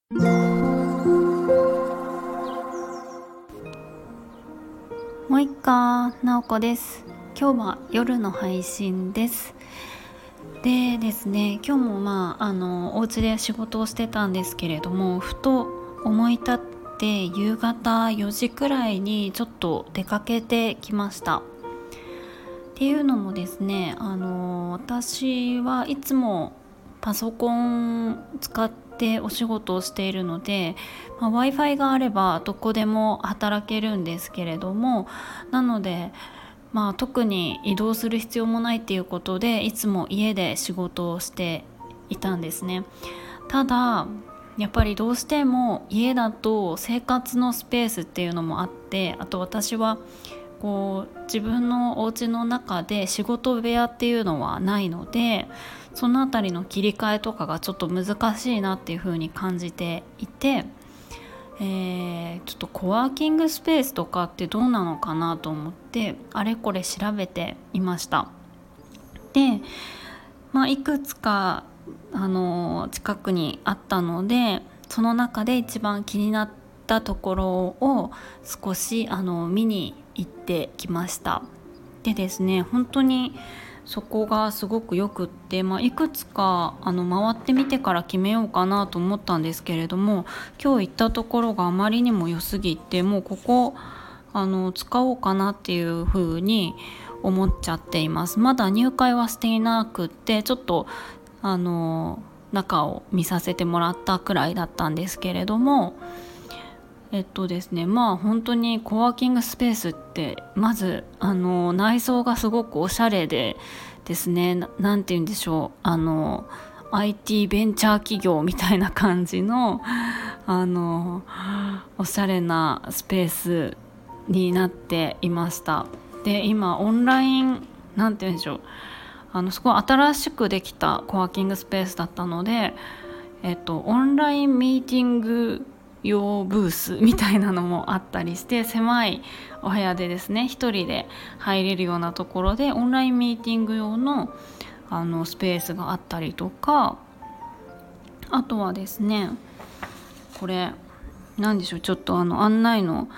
もう一回なおこです。今日は夜の配信です。でですね、今日もお家で仕事をしてたんですけれども、ふと思い立って夕方4時くらいにちょっと出かけてきました。っていうのもですね、私はいつもパソコン使ってお仕事をしているので、Wi-Fi があればどこでも働けるんですけれども、なので特に移動する必要もないっていうことでいつも家で仕事をしていたんですね。ただやっぱりどうしても家だと生活のスペースっていうのもあって、あと私は自分のお家の中で仕事部屋っていうのはないので、そのあたりの切り替えとかがちょっと難しいなっていう風に感じていて、ちょっとコワーキングスペースとかってどうなのかなと思ってあれこれ調べていました。で、いくつか近くにあったので、その中で一番気になったところを少し見に行ってきました。でですね、本当にそこがすごくよくって、いくつか回ってみてから決めようかなと思ったんですけれども、今日行ったところがあまりにも良すぎて、もうここ使おうかなっていう風に思っちゃっています。まだ入会はしていなくって、ちょっと中を見させてもらったくらいだったんですけれども、ですね、本当にコワーキングスペースってまず内装がすごくおしゃれでですね、なんて言うんでしょう、IT ベンチャー企業みたいな感じのおしゃれなスペースになっていました。で、今オンラインなんて言うんでしょう、すごい新しくできたコワーキングスペースだったので、オンラインミーティング用ブースみたいなのもあったりして、狭いお部屋でですね、一人で入れるようなところでオンラインミーティング用のスペースがあったりとか、あとはですね、これなんでしょう、ちょっと案内の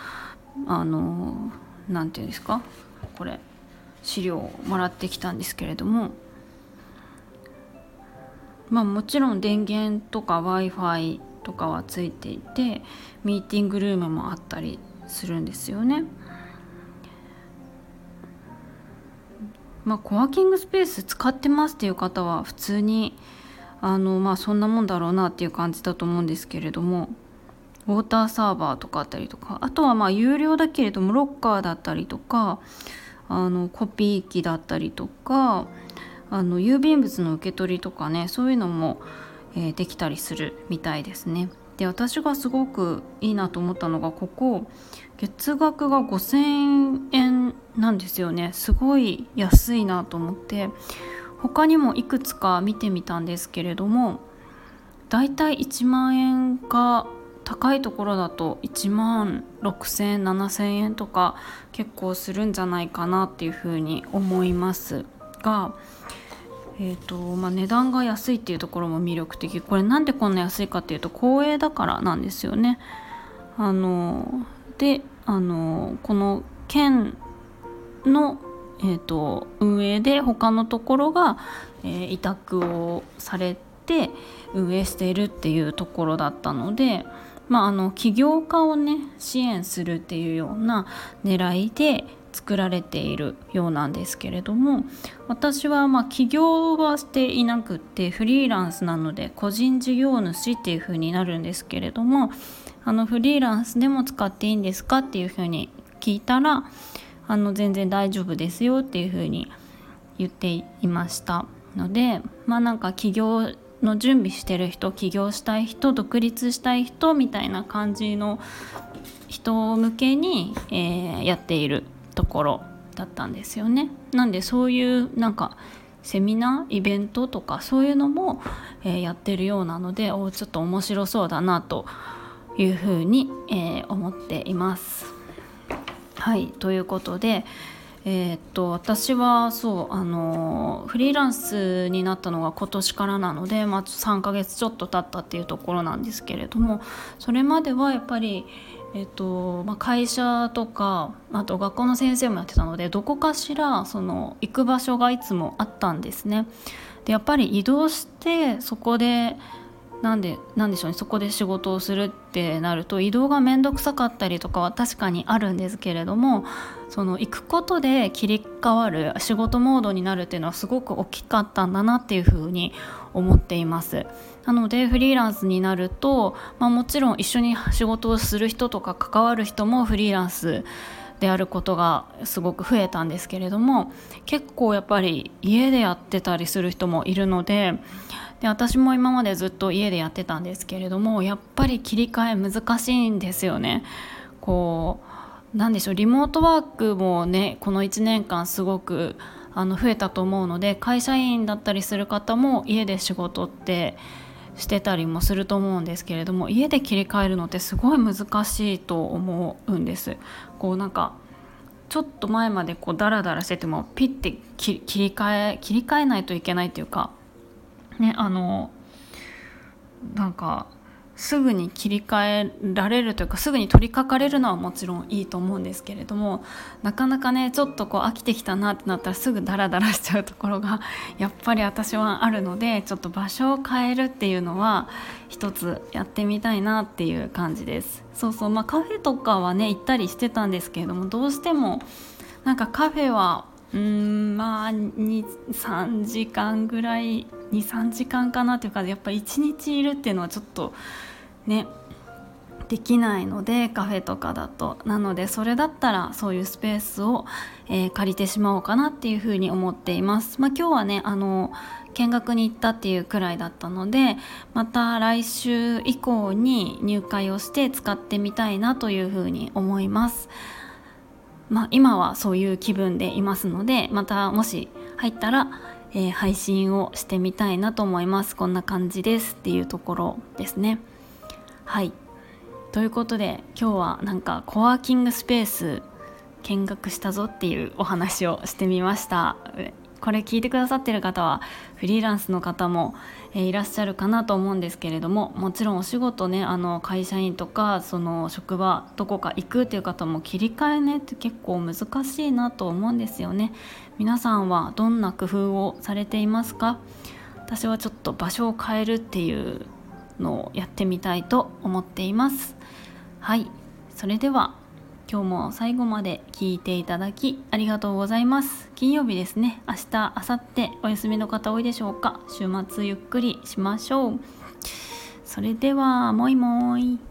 なんていうんですか、これ資料をもらってきたんですけれども、もちろん電源とか Wi-Fi とかはついていて、ミーティングルームもあったりするんですよね。コワーキングスペース使ってますっていう方は普通にそんなもんだろうなっていう感じだと思うんですけれども、ウォーターサーバーとかあったりとか、あとは有料だけれどもロッカーだったりとか、コピー機だったりとか、郵便物の受け取りとかね、そういうのも、できたりするみたいですね。で、私がすごくいいなと思ったのが、ここ月額が5000円なんですよね。すごい安いなと思って、他にもいくつか見てみたんですけれども、だいたい1万円か高いところだと1万6000円7000円とか結構するんじゃないかなっていうふうに思いますが、値段が安いっていうところも魅力的。これなんでこんな安いかっていうと、公営だからなんですよね。でこの県の、運営で他のところが、委託をされて運営しているっていうところだったので、起業家をね支援するっていうような狙いで作られているようなんですけれども、私は起業はしていなくってフリーランスなので個人事業主っていう風になるんですけれども、フリーランスでも使っていいんですかっていう風に聞いたら、全然大丈夫ですよっていう風に言っていましたので、起業の準備してる人、起業したい人、独立したい人みたいな感じの人向けに、やっているところだったんですよね。なんでそういうセミナーイベントとかそういうのも、やってるようなので、ちょっと面白そうだなというふうに、思っています。はい、ということで、 私はフリーランスになったのが今年からなので、3ヶ月ちょっと経ったっていうところなんですけれども、それまではやっぱり、会社とかあと学校の先生もやってたので、どこかしら行く場所がいつもあったんですね。でやっぱり移動してそこでなんでしょうね、そこで仕事をするってなると移動がめんどくさかったりとかは確かにあるんですけれども、行くことで切り替わる仕事モードになるっていうのはすごく大きかったんだなっていうふうに思っています。なのでフリーランスになると、もちろん一緒に仕事をする人とか関わる人もフリーランスであることがすごく増えたんですけれども、結構やっぱり家でやってたりする人もいるので、私も今までずっと家でやってたんですけれども、やっぱり切り替え難しいんですよね。なんでしょう、リモートワークもね、この1年間すごく増えたと思うので、会社員だったりする方も家で仕事ってしてたりもすると思うんですけれども、家で切り替えるのってすごい難しいと思うんです。なんかちょっと前までダラダラしててもピッて切り替えないといけないというかね、なんかすぐに切り替えられるというか、すぐに取り掛かれるのはもちろんいいと思うんですけれども、なかなかね、ちょっと飽きてきたなってなったらすぐダラダラしちゃうところがやっぱり私はあるので、ちょっと場所を変えるっていうのは一つやってみたいなっていう感じです。カフェとかはね行ったりしてたんですけれども、どうしてもなんかカフェは2、3時間ぐらい、2、3時間かなというか、やっぱ1日いるっていうのはちょっとねできないので、カフェとかだと。なのでそれだったらそういうスペースを、借りてしまおうかなっていうふうに思っています。今日はね見学に行ったっていうくらいだったので、また来週以降に入会をして使ってみたいなというふうに思います。今はそういう気分でいますので、またもし入ったら、配信をしてみたいなと思います。こんな感じですっていうところですね。はい、ということで今日はなんかコワーキングスペース見学したぞっていうお話をしてみました。これ聞いてくださってる方はフリーランスの方も、いらっしゃるかなと思うんですけれども、もちろんお仕事ね、会社員とか職場どこか行くっていう方も切り替えねって結構難しいなと思うんですよね。皆さんはどんな工夫をされていますか？私はちょっと場所を変えるっていうのをやってみたいと思っています。はい、それでは今日も最後まで聞いていただきありがとうございます。金曜日ですね。明日、明後日お休みの方多いでしょうか。週末ゆっくりしましょう。それではもいもーい。